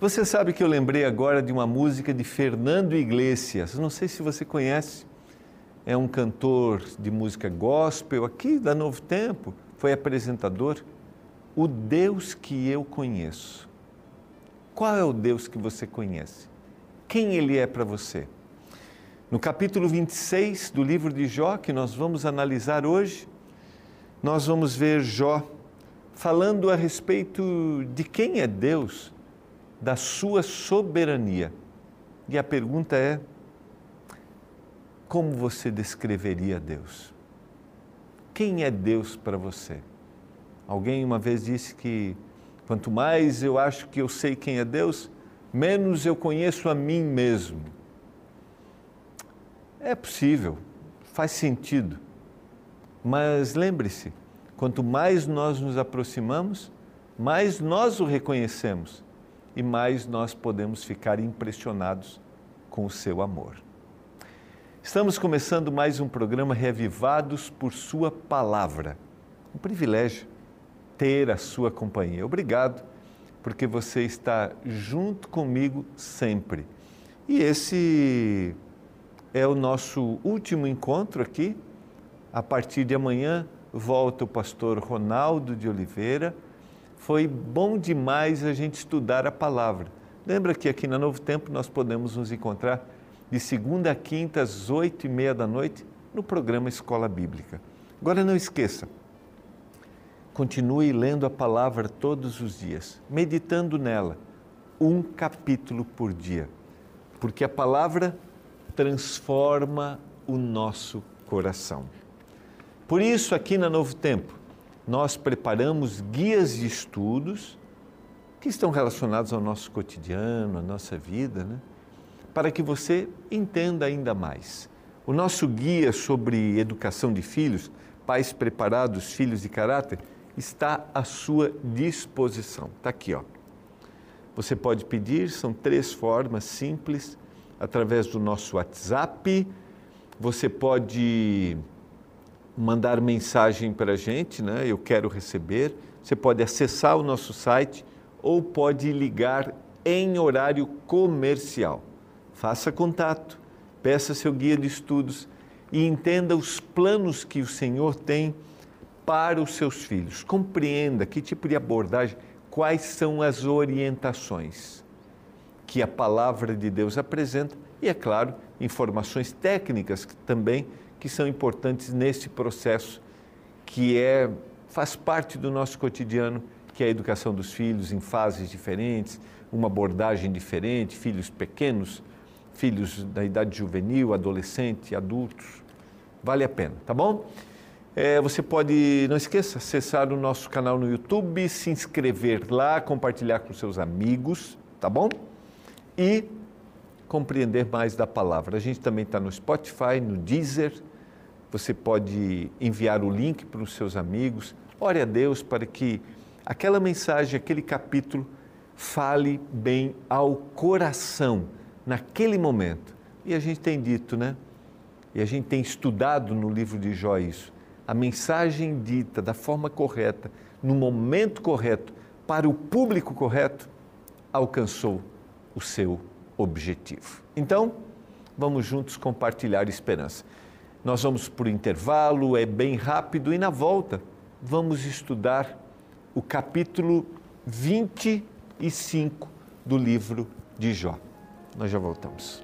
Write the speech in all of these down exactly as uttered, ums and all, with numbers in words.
Você sabe que eu lembrei agora de uma música de Fernando Iglesias. Não sei se você conhece. É um cantor de música gospel aqui da Novo Tempo. Foi apresentador. O Deus que eu conheço. Qual é o Deus que você conhece? Quem Ele é para você? No capítulo vinte e seis do livro de Jó, que nós vamos analisar hoje, nós vamos ver Jó falando a respeito de quem é Deus, da sua soberania. E a pergunta é, como você descreveria Deus? Quem é Deus para você? Alguém uma vez disse que quanto mais eu acho que eu sei quem é Deus, menos eu conheço a mim mesmo. É possível, faz sentido, mas lembre-se, quanto mais nós nos aproximamos, mais nós o reconhecemos e mais nós podemos ficar impressionados com o seu amor. Estamos começando mais um programa Reavivados por Sua Palavra. Um privilégio ter a sua companhia. Obrigado, porque você está junto comigo sempre. E esse é o nosso último encontro aqui. A partir de amanhã volta o pastor Ronaldo de Oliveira. Foi bom demais a gente estudar a palavra. Lembra que aqui na Novo Tempo nós podemos nos encontrar de segunda a quinta às oito e meia da noite no programa Escola Bíblica. Agora não esqueça, continue lendo a palavra todos os dias, meditando nela, um capítulo por dia, porque a palavra transforma o nosso coração. Por isso, aqui na Novo Tempo, nós preparamos guias de estudos que estão relacionados ao nosso cotidiano, à nossa vida, né? Para que você entenda ainda mais. O nosso guia sobre educação de filhos, Pais Preparados, Filhos de Caráter, está à sua disposição. Está aqui, ó. Você pode pedir, são três formas simples, através do nosso WhatsApp. Você pode mandar mensagem para a gente, né? Eu quero receber. Você pode acessar o nosso site ou pode ligar em horário comercial. Faça contato, peça seu guia de estudos e entenda os planos que o Senhor tem para os seus filhos. Compreenda que tipo de abordagem, quais são as orientações que a palavra de Deus apresenta e, é claro, informações técnicas que, também que são importantes nesse processo que é, faz parte do nosso cotidiano, que é a educação dos filhos em fases diferentes, uma abordagem diferente, filhos pequenos, filhos da idade juvenil, adolescente, adultos. Vale a pena, tá bom? É, você pode, não esqueça, acessar o nosso canal no YouTube, se inscrever lá, compartilhar com seus amigos, tá bom? E compreender mais da palavra. A gente também está no Spotify, no Deezer. Você pode enviar o link para os seus amigos. Ore a Deus para que aquela mensagem, aquele capítulo, fale bem ao coração naquele momento. E a gente tem dito, né? E a gente tem estudado no livro de Jó isso. A mensagem dita da forma correta, no momento correto, para o público correto, alcançou o seu objetivo. Então, vamos juntos compartilhar esperança. Nós vamos por intervalo, é bem rápido, e na volta vamos estudar o capítulo vinte e cinco do livro de Jó. Nós já voltamos.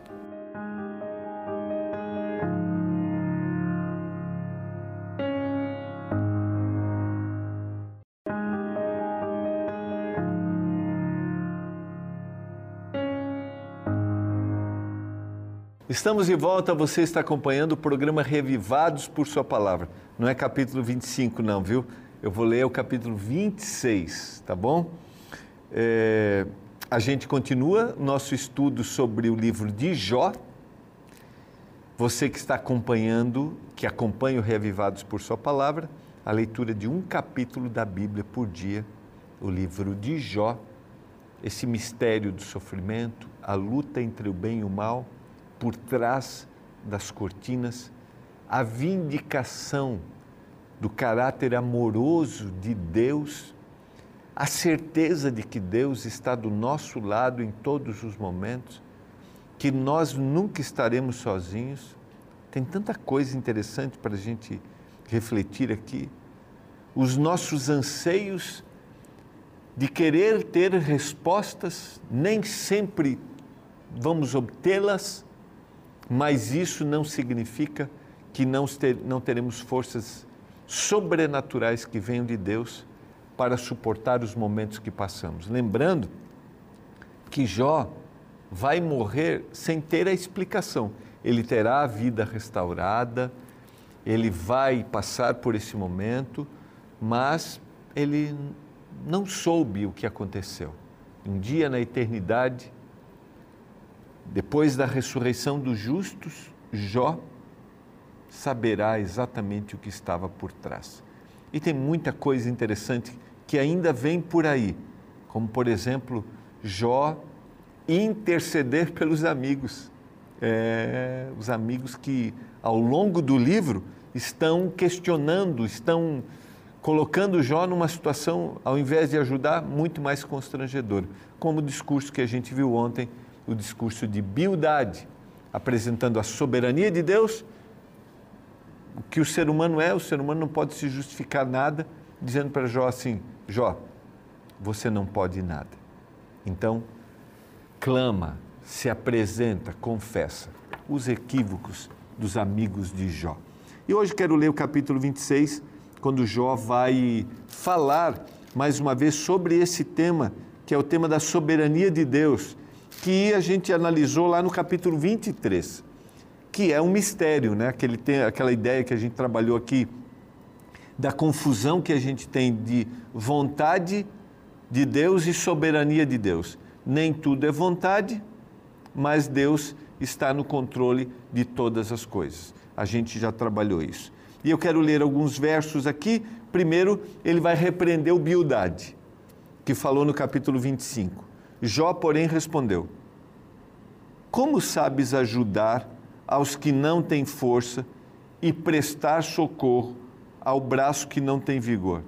Estamos de volta, você está acompanhando o programa Reavivados por Sua Palavra. Não é capítulo vinte e cinco não, viu? Eu vou ler o capítulo vinte e seis, tá bom? É, a gente continua nosso estudo sobre o livro de Jó. Você que está acompanhando, que acompanha o Reavivados por Sua Palavra, a leitura de um capítulo da Bíblia por dia, o livro de Jó, esse mistério do sofrimento, a luta entre o bem e o mal, por trás das cortinas, a vindicação do caráter amoroso de Deus, a certeza de que Deus está do nosso lado em todos os momentos, que nós nunca estaremos sozinhos. Tem tanta coisa interessante para a gente refletir aqui. Os nossos anseios de querer ter respostas, nem sempre vamos obtê-las, mas isso não significa que não, ter, não teremos forças sobrenaturais que venham de Deus para suportar os momentos que passamos. Lembrando que Jó vai morrer sem ter a explicação. Ele terá a vida restaurada, ele vai passar por esse momento, mas ele não soube o que aconteceu. Um dia na eternidade, depois da ressurreição dos justos, Jó saberá exatamente o que estava por trás. E tem muita coisa interessante que ainda vem por aí, como, por exemplo, Jó interceder pelos amigos. É, os amigos que, ao longo do livro, estão questionando, estão colocando Jó numa situação, ao invés de ajudar, muito mais constrangedora. Como o discurso que a gente viu ontem, o discurso de Bildade, apresentando a soberania de Deus, o que o ser humano é, o ser humano não pode se justificar nada, dizendo para Jó assim: Jó, você não pode nada. Então, clama, se apresenta, confessa os equívocos dos amigos de Jó. E hoje quero ler o capítulo vinte e seis, quando Jó vai falar mais uma vez sobre esse tema, que é o tema da soberania de Deus, que a gente analisou lá no capítulo vinte e três, que é um mistério, né? Aquele, aquela ideia que a gente trabalhou aqui, da confusão que a gente tem de vontade de Deus e soberania de Deus. Nem tudo é vontade, mas Deus está no controle de todas as coisas. A gente já trabalhou isso. E eu quero ler alguns versos aqui. Primeiro, ele vai repreender o Bildade, que falou no capítulo vinte e cinco. Jó, porém, respondeu: como sabes ajudar aos que não têm força e prestar socorro ao braço que não tem vigor?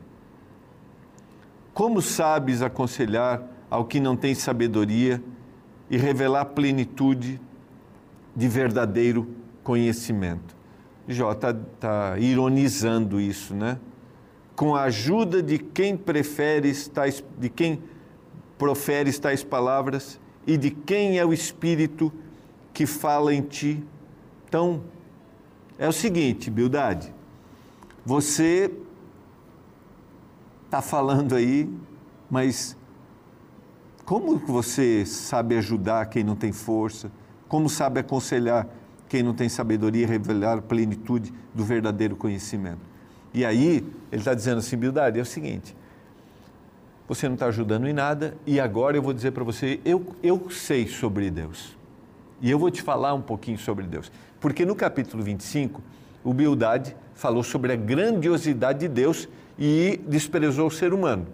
Como sabes aconselhar ao que não tem sabedoria e revelar plenitude de verdadeiro conhecimento? Jó está tá ironizando isso, né? Com a ajuda de quem preferes tais, de quem proferes tais palavras e de quem é o Espírito que fala em ti. Então, é o seguinte, Bildade, você está falando aí, mas como você sabe ajudar quem não tem força? Como sabe aconselhar quem não tem sabedoria e revelar a plenitude do verdadeiro conhecimento? E aí, ele está dizendo assim, Bildade, é o seguinte, você não está ajudando em nada e agora eu vou dizer para você, eu, eu sei sobre Deus. E eu vou te falar um pouquinho sobre Deus. Porque no capítulo vinte e cinco, o Bildade falou sobre a grandiosidade de Deus e desprezou o ser humano.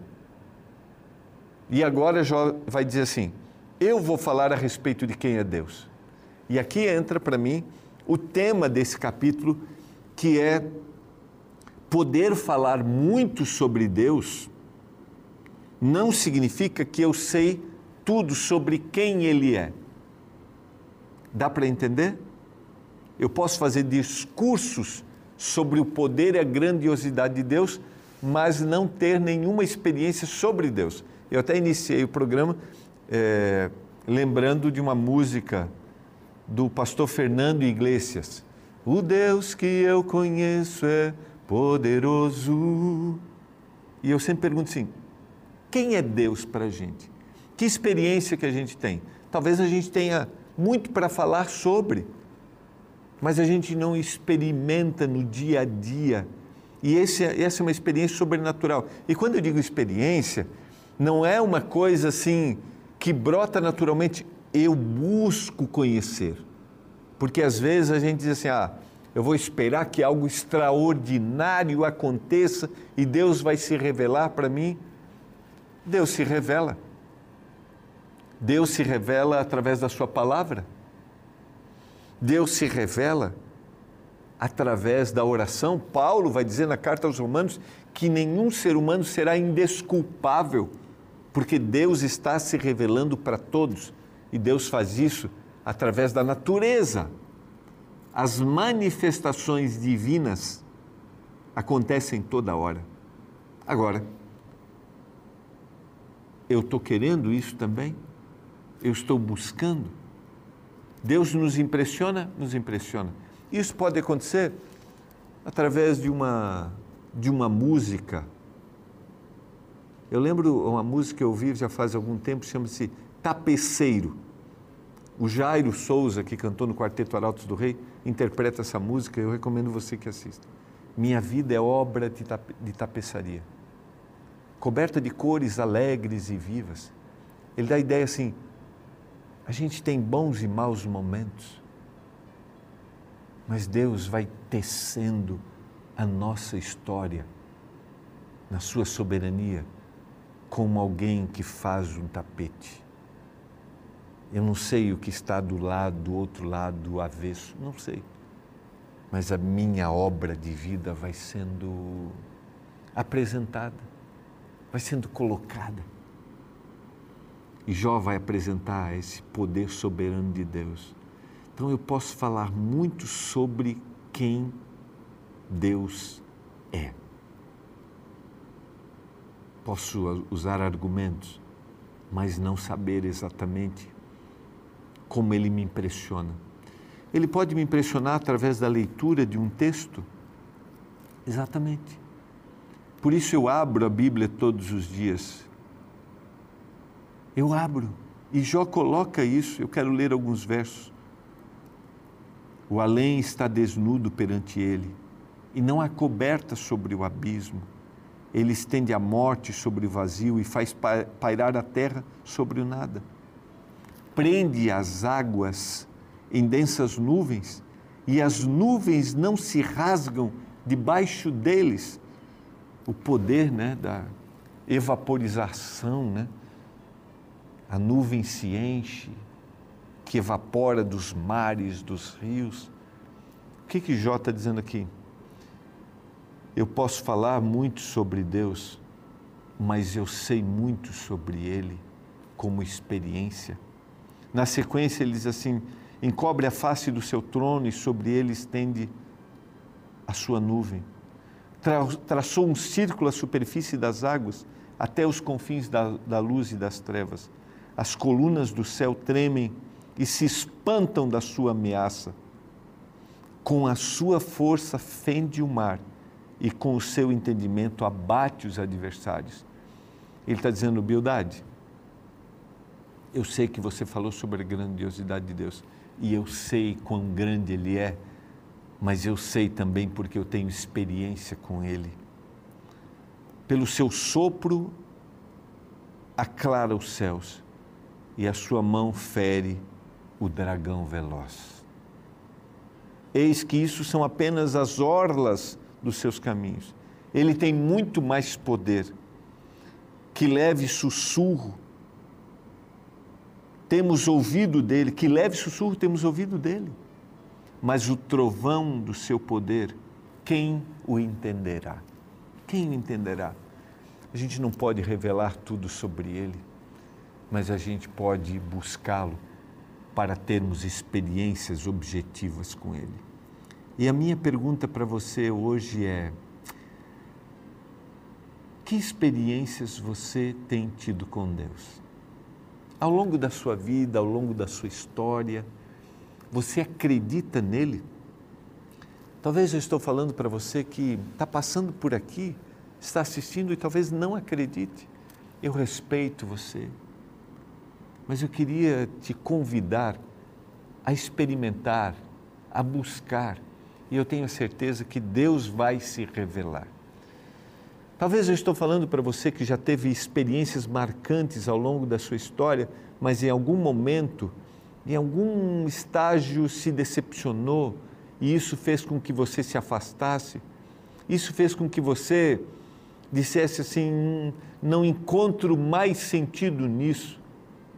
E agora Jó vai dizer assim, eu vou falar a respeito de quem é Deus. E aqui entra para mim o tema desse capítulo, que é poder falar muito sobre Deus não significa que eu sei tudo sobre quem Ele é. Dá para entender? Eu posso fazer discursos sobre o poder e a grandiosidade de Deus, mas não ter nenhuma experiência sobre Deus. Eu até iniciei o programa é, lembrando de uma música do pastor Fernando Iglesias. O Deus que eu conheço é poderoso. E eu sempre pergunto assim, quem é Deus para a gente? Que experiência que a gente tem? Talvez a gente tenha muito para falar sobre, mas a gente não experimenta no dia a dia. E esse, essa é uma experiência sobrenatural. E quando eu digo experiência, não é uma coisa assim que brota naturalmente, eu busco conhecer. Porque às vezes a gente diz assim, ah, eu vou esperar que algo extraordinário aconteça e Deus vai se revelar para mim. Deus se revela. Deus se revela através da sua palavra. Deus se revela através da oração. Paulo vai dizer na carta aos Romanos que nenhum ser humano será indesculpável, porque Deus está se revelando para todos, e Deus faz isso através da natureza. As manifestações divinas acontecem toda hora. Agora, eu estou querendo isso também? Eu estou buscando? Deus nos impressiona? Nos impressiona. Isso pode acontecer através de uma, de uma música. Eu lembro uma música que eu ouvi já faz algum tempo, chama-se Tapeceiro. O Jairo Souza, que cantou no Quarteto Arautos do Rei, interpreta essa música, eu recomendo você que assista. Minha vida é obra de, tape, de tapeçaria, coberta de cores alegres e vivas. Ele dá a ideia assim, a gente tem bons e maus momentos, mas Deus vai tecendo a nossa história na sua soberania, como alguém que faz um tapete. Eu não sei o que está do lado, do outro lado, do avesso, não sei. Mas a minha obra de vida vai sendo apresentada, vai sendo colocada. E Jó vai apresentar esse poder soberano de Deus. Então eu posso falar muito sobre quem Deus é. Posso usar argumentos, mas não saber exatamente como ele me impressiona. Ele pode me impressionar através da leitura de um texto? Exatamente. Por isso eu abro a Bíblia todos os dias. Eu abro. E Jó coloca isso. Eu quero ler alguns versos. O além está desnudo perante ele, e não há coberta sobre o abismo. Ele estende a morte sobre o vazio e faz pairar a terra sobre o nada. Prende as águas em densas nuvens, e as nuvens não se rasgam debaixo deles. O poder, né, da evaporização, né? A nuvem se enche, que evapora dos mares, dos rios. O que que Jó está dizendo aqui? Eu posso falar muito sobre Deus, mas eu sei muito sobre Ele como experiência. Na sequência ele diz assim, encobre a face do seu trono e sobre ele estende a sua nuvem. Tra traçou um círculo à superfície das águas até os confins da, da luz e das trevas. As colunas do céu tremem e se espantam da sua ameaça. Com a sua força fende o mar e com o seu entendimento abate os adversários. Ele está dizendo, Bildade, eu sei que você falou sobre a grandiosidade de Deus e eu sei quão grande Ele é, mas eu sei também porque eu tenho experiência com Ele. Pelo seu sopro aclara os céus e a sua mão fere o dragão veloz. Eis que isso são apenas as orlas dos seus caminhos. Ele tem muito mais poder. Que leve sussurro temos ouvido dele, que leve sussurro temos ouvido dele. Mas o trovão do seu poder, quem o entenderá? Quem o entenderá? A gente não pode revelar tudo sobre ele, mas a gente pode buscá-lo para termos experiências objetivas com ele. E a minha pergunta para você hoje é: que experiências você tem tido com Deus? Ao longo da sua vida, ao longo da sua história, você acredita nele? Talvez eu estou falando para você que está passando por aqui, está assistindo e talvez não acredite. Eu respeito você, mas eu queria te convidar a experimentar, a buscar, e eu tenho a certeza que Deus vai se revelar. Talvez eu estou falando para você que já teve experiências marcantes ao longo da sua história, mas em algum momento, em algum estágio se decepcionou e isso fez com que você se afastasse, isso fez com que você dissesse assim, não encontro mais sentido nisso.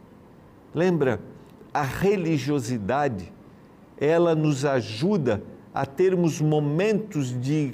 Lembra, a religiosidade, ela nos ajuda a termos momentos de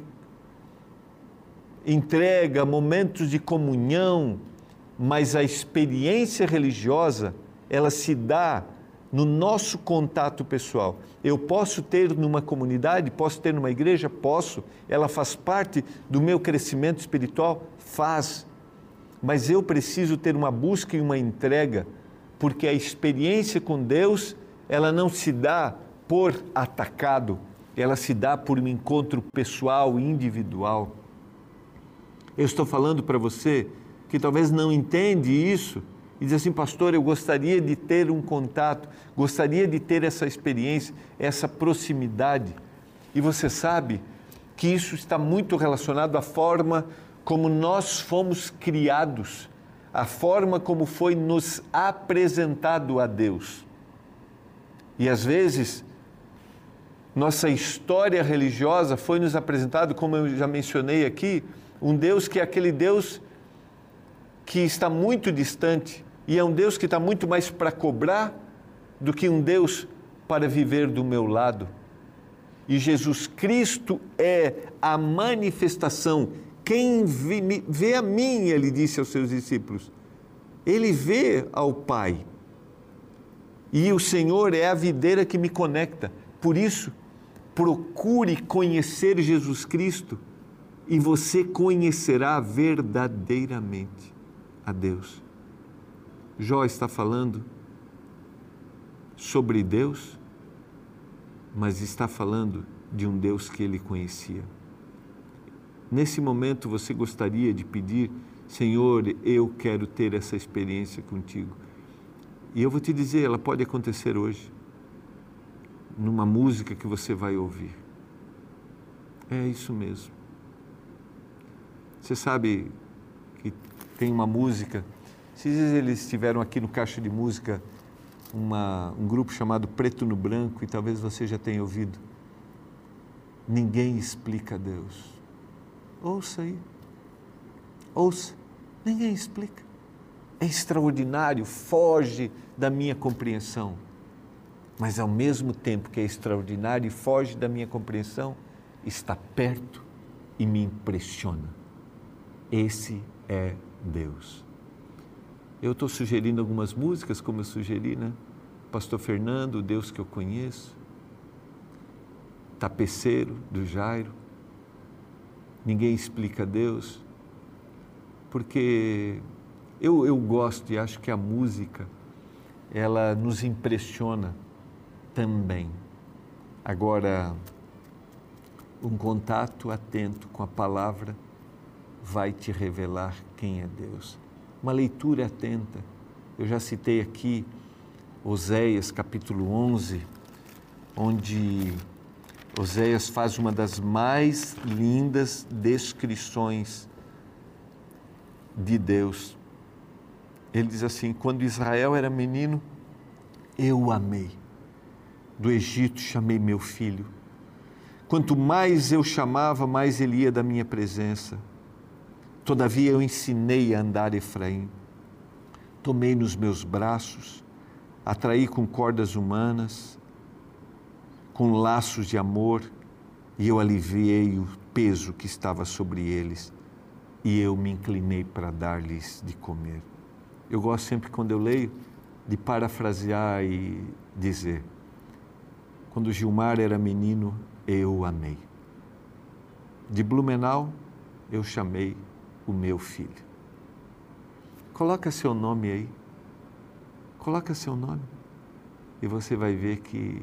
entrega, momentos de comunhão, mas a experiência religiosa, ela se dá no nosso contato pessoal. Eu posso ter numa comunidade, posso ter numa igreja? Posso. Ela faz parte do meu crescimento espiritual? Faz. Mas eu preciso ter uma busca e uma entrega, porque a experiência com Deus, ela não se dá por atacado, ela se dá por um encontro pessoal, individual. Eu estou falando para você que talvez não entende isso e diz assim: pastor, eu gostaria de ter um contato, gostaria de ter essa experiência, essa proximidade. E você sabe que isso está muito relacionado à forma como nós fomos criados, a forma como foi nos apresentado a Deus. E às vezes, nossa história religiosa foi nos apresentado, como eu já mencionei aqui, um Deus que é aquele Deus que está muito distante, e é um Deus que está muito mais para cobrar do que um Deus para viver do meu lado. E Jesus Cristo é a manifestação. Quem vê, vê a mim, ele disse aos seus discípulos, ele vê ao Pai. E o Senhor é a videira que me conecta. Por isso, procure conhecer Jesus Cristo e você conhecerá verdadeiramente a Deus. Jó está falando sobre Deus, mas está falando de um Deus que ele conhecia. Nesse momento você gostaria de pedir: Senhor, eu quero ter essa experiência contigo. E eu vou te dizer, ela pode acontecer hoje, numa música que você vai ouvir. É isso mesmo. Você sabe que tem uma música, esses dias eles estiveram aqui no Caixa de Música, uma, um grupo chamado Preto no Branco, e talvez você já tenha ouvido. Ninguém explica Deus. Ouça aí, ouça, ninguém explica. É extraordinário, foge da minha compreensão. Mas ao mesmo tempo que é extraordinário e foge da minha compreensão, está perto e me impressiona. Esse é Deus. Eu estou sugerindo algumas músicas, como eu sugeri, né? Pastor Fernando, o Deus que eu conheço. Tapeceiro, do Jairo. Ninguém explica Deus. Porque eu, eu gosto e acho que a música, ela nos impressiona também. Agora, um contato atento com a palavra vai te revelar quem é Deus. Uma leitura atenta. Eu já citei aqui Oséias capítulo onze, onde Oséias faz uma das mais lindas descrições de Deus. Ele diz assim: quando Israel era menino, eu o amei. Do Egito chamei meu filho. Quanto mais eu chamava, mais ele ia da minha presença. Todavia eu ensinei a andar Efraim. Tomei nos meus braços, atraí com cordas humanas, com laços de amor, e eu aliviei o peso que estava sobre eles, e eu me inclinei para dar-lhes de comer. Eu gosto sempre, quando eu leio, de parafrasear e dizer: quando Gilmar era menino, eu o amei. De Blumenau, eu chamei o meu filho. Coloca seu nome aí, coloca seu nome, e você vai ver que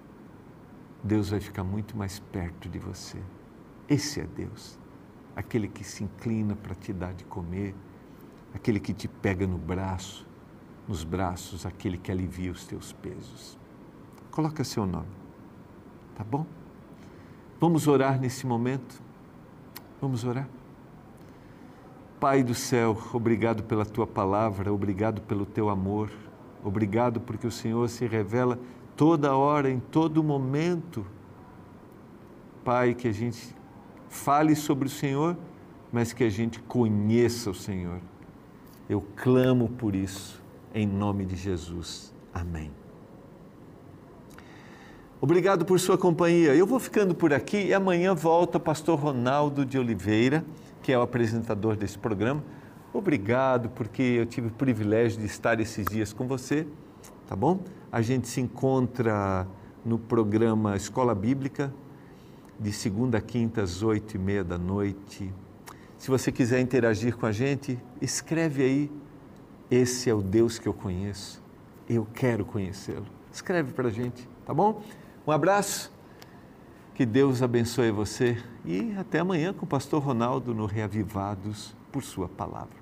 Deus vai ficar muito mais perto de você. Esse é Deus, aquele que se inclina para te dar de comer, aquele que te pega no braço, nos braços, aquele que alivia os teus pesos. Coloca seu nome, tá bom? Vamos orar nesse momento? Vamos orar? Pai do céu, obrigado pela Tua palavra, obrigado pelo Teu amor, obrigado porque o Senhor se revela toda hora, em todo momento. Pai, que a gente fale sobre o Senhor, mas que a gente conheça o Senhor. Eu clamo por isso, em nome de Jesus. Amém. Obrigado por sua companhia. Eu vou ficando por aqui e amanhã volta o pastor Ronaldo de Oliveira, que é o apresentador desse programa. Obrigado, porque eu tive o privilégio de estar esses dias com você, tá bom? A gente se encontra no programa Escola Bíblica, de segunda a quinta, às oito e meia da noite. Se você quiser interagir com a gente, escreve aí, esse é o Deus que eu conheço, eu quero conhecê-lo. Escreve para a gente, tá bom? Um abraço, que Deus abençoe você e até amanhã com o pastor Ronaldo no Reavivados por sua palavra.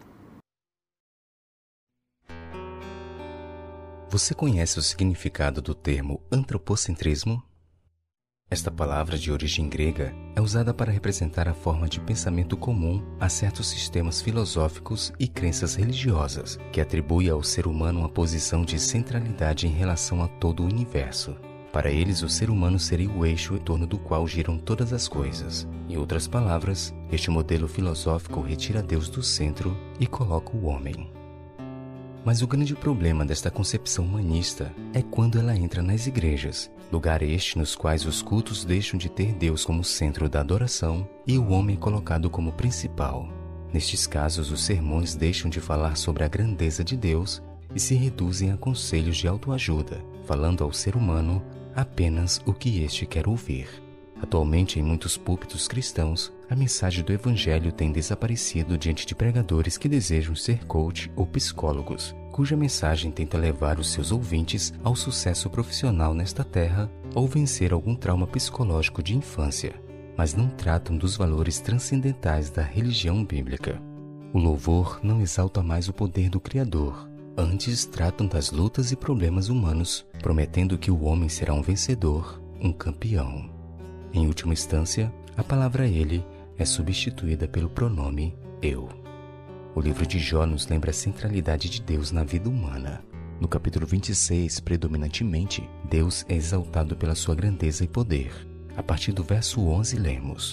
Você conhece o significado do termo antropocentrismo? Esta palavra de origem grega é usada para representar a forma de pensamento comum a certos sistemas filosóficos e crenças religiosas, que atribui ao ser humano uma posição de centralidade em relação a todo o universo. Para eles, o ser humano seria o eixo em torno do qual giram todas as coisas. Em outras palavras, este modelo filosófico retira Deus do centro e coloca o homem. Mas o grande problema desta concepção humanista é quando ela entra nas igrejas, lugar este nos quais os cultos deixam de ter Deus como centro da adoração e o homem colocado como principal. Nestes casos, os sermões deixam de falar sobre a grandeza de Deus e se reduzem a conselhos de autoajuda, falando ao ser humano apenas o que este quer ouvir. Atualmente, em muitos púlpitos cristãos, a mensagem do Evangelho tem desaparecido diante de pregadores que desejam ser coach ou psicólogos, cuja mensagem tenta levar os seus ouvintes ao sucesso profissional nesta terra ou vencer algum trauma psicológico de infância, mas não tratam dos valores transcendentais da religião bíblica. O louvor não exalta mais o poder do Criador. Antes, tratam das lutas e problemas humanos, prometendo que o homem será um vencedor, um campeão. Em última instância, a palavra ele é substituída pelo pronome eu. O livro de Jó nos lembra a centralidade de Deus na vida humana. No capítulo vinte e seis, predominantemente, Deus é exaltado pela sua grandeza e poder. A partir do verso onze, lemos: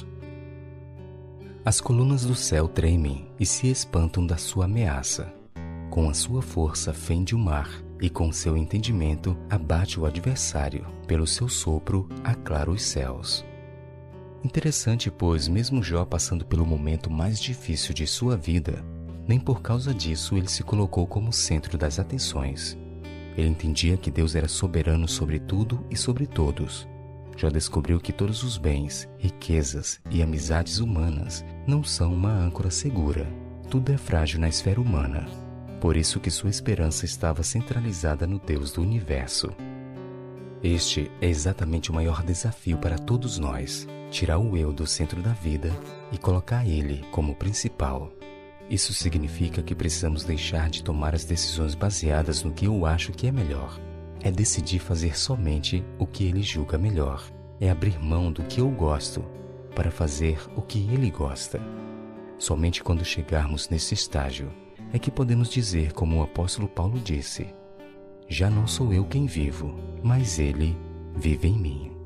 As colunas do céu tremem e se espantam da sua ameaça. Com a sua força fende o mar, e com seu entendimento abate o adversário. Pelo seu sopro aclara os céus. Interessante, pois, mesmo Jó passando pelo momento mais difícil de sua vida, nem por causa disso ele se colocou como centro das atenções. Ele entendia que Deus era soberano sobre tudo e sobre todos. Jó descobriu que todos os bens, riquezas e amizades humanas não são uma âncora segura. Tudo é frágil na esfera humana. Por isso que sua esperança estava centralizada no Deus do universo. Este é exatamente o maior desafio para todos nós, tirar o eu do centro da vida e colocar ele como principal. Isso significa que precisamos deixar de tomar as decisões baseadas no que eu acho que é melhor. É decidir fazer somente o que ele julga melhor. É abrir mão do que eu gosto para fazer o que ele gosta. Somente quando chegarmos nesse estágio é que podemos dizer como o apóstolo Paulo disse: Já não sou eu quem vivo, mas ele vive em mim.